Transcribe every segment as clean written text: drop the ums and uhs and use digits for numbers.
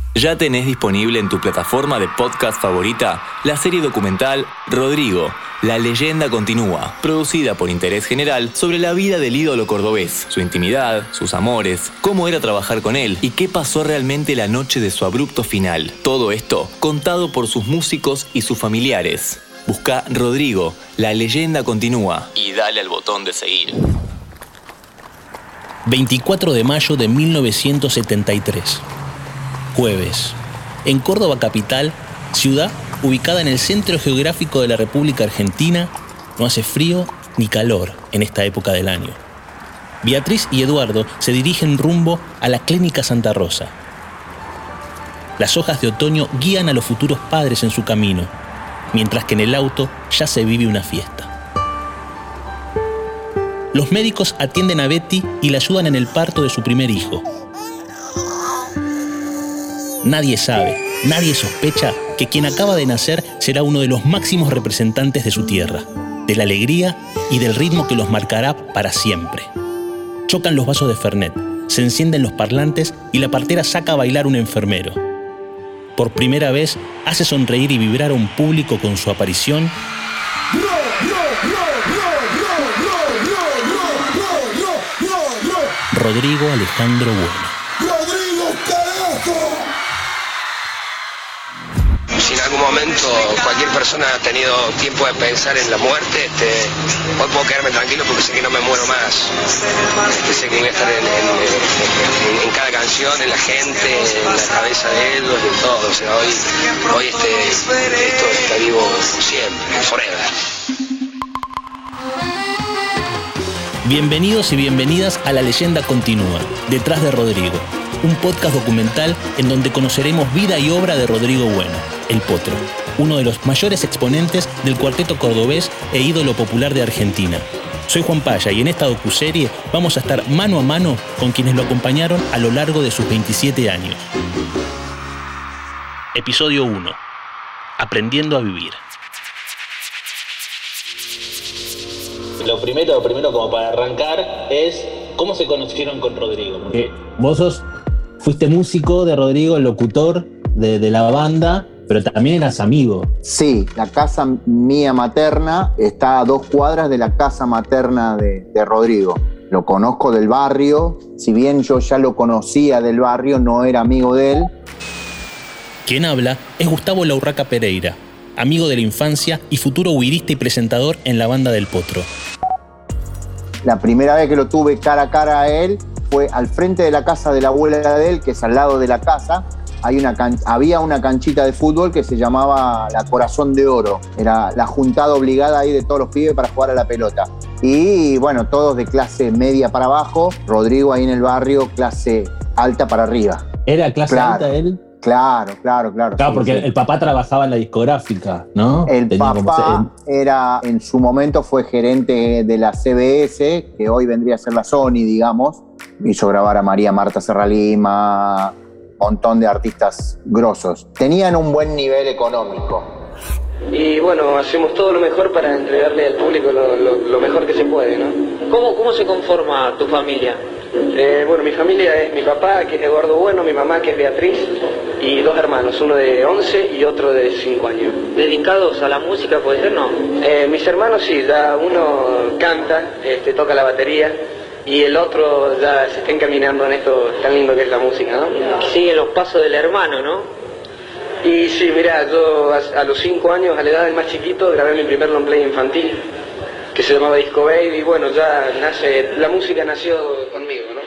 Ya tenés disponible en tu plataforma de podcast favorita la serie documental Rodrigo, la leyenda continúa, producida por Interés General sobre la vida del ídolo cordobés, su intimidad, sus amores, cómo era trabajar con él y qué pasó realmente la noche de su abrupto final. Todo esto contado por sus músicos y sus familiares. Busca Rodrigo, la leyenda continúa y dale al botón de seguir. 24 de mayo de 1973. Jueves. En Córdoba capital, ciudad ubicada en el centro geográfico de la República Argentina, no hace frío ni calor en esta época del año. Beatriz y Eduardo se dirigen rumbo a la Clínica Santa Rosa. Las hojas de otoño guían a los futuros padres en su camino, mientras que en el auto ya se vive una fiesta. Los médicos atienden a Betty y la ayudan en el parto de su primer hijo. Nadie sabe, nadie sospecha que quien acaba de nacer será uno de los máximos representantes de su tierra, de la alegría y del ritmo que los marcará para siempre. Chocan los vasos de Fernet, se encienden los parlantes y la partera saca a bailar un enfermero. Por primera vez hace sonreír y vibrar a un público con su aparición. Rodrigo Alejandro Bueno. Si en algún momento cualquier persona ha tenido tiempo de pensar en la muerte, hoy puedo quedarme tranquilo porque sé que no me muero más. Sé que voy a estar en cada canción, en la gente, en la cabeza de ellos, en todo. O sea, hoy esto está vivo siempre, forever. Bienvenidos y bienvenidas a La Leyenda Continúa, Detrás de Rodrigo, un podcast documental en donde conoceremos vida y obra de Rodrigo Bueno, el Potro, uno de los mayores exponentes del cuarteto cordobés e ídolo popular de Argentina. Soy Juan Paya y en esta docuserie vamos a estar mano a mano con quienes lo acompañaron a lo largo de sus 27 años. Episodio 1. Aprendiendo a vivir. Lo primero como para arrancar es cómo se conocieron con Rodrigo. Porque vos fuiste músico de Rodrigo, locutor de la banda, pero también eras amigo. Sí, la casa mía materna está a 2 cuadras de la casa materna de Rodrigo. Lo conozco del barrio, si bien yo ya lo conocía del barrio, no era amigo de él. Quien habla es Gustavo La Urraca Pereira, amigo de la infancia y futuro huirista y presentador en la banda del Potro. La primera vez que lo tuve cara a cara a él fue al frente de la casa de la abuela de él, que es al lado de la casa. Había una canchita de fútbol que se llamaba la Corazón de Oro. Era la juntada obligada ahí de todos los pibes para jugar a la pelota. Y bueno, todos de clase media para abajo. Rodrigo ahí en el barrio, clase alta para arriba. ¿Era clase alta él? Claro. Claro, porque sí. El papá trabajaba en la discográfica, ¿no? El papá en su momento fue gerente de la CBS, que hoy vendría a ser la Sony, digamos. Hizo grabar a María Marta Serralima, un montón de artistas grosos. Tenían un buen nivel económico. Y bueno, hacemos todo lo mejor para entregarle al público lo mejor que se puede, ¿no? ¿Cómo se conforma tu familia? Bueno, mi familia es mi papá, que es Eduardo Bueno, mi mamá, que es Beatriz, y 2 hermanos, uno de 11 y otro de 5 años. ¿Dedicados a la música, puede ser, no? Mis hermanos sí, ya uno canta, toca la batería, y el otro ya se está encaminando en esto tan lindo que es la música, ¿no? Sigue los pasos del hermano, ¿no? Y sí, mirá, yo a los 5 años, a la edad del más chiquito, grabé mi primer long play infantil, que se llamaba Disco Baby, y bueno, la música nació conmigo, ¿no?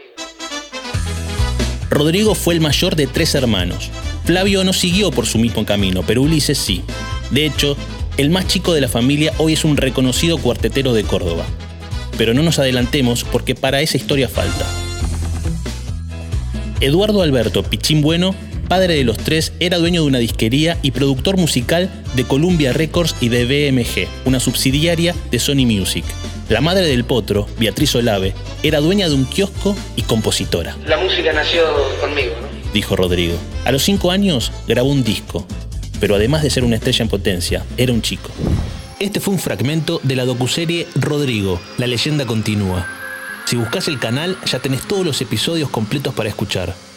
Rodrigo fue el mayor de 3 hermanos. Flavio no siguió por su mismo camino, pero Ulises sí. De hecho, el más chico de la familia hoy es un reconocido cuartetero de Córdoba. Pero no nos adelantemos porque para esa historia falta. Eduardo Alberto Pichín Bueno, padre de los 3, era dueño de una disquería y productor musical de Columbia Records y de BMG, una subsidiaria de Sony Music. La madre del Potro, Beatriz Olave, era dueña de un kiosco y compositora. La música nació conmigo, ¿no? Dijo Rodrigo. A los 5 años grabó un disco, pero además de ser una estrella en potencia, era un chico. Este fue un fragmento de la docuserie Rodrigo, la leyenda continúa. Si buscas el canal ya tenés todos los episodios completos para escuchar.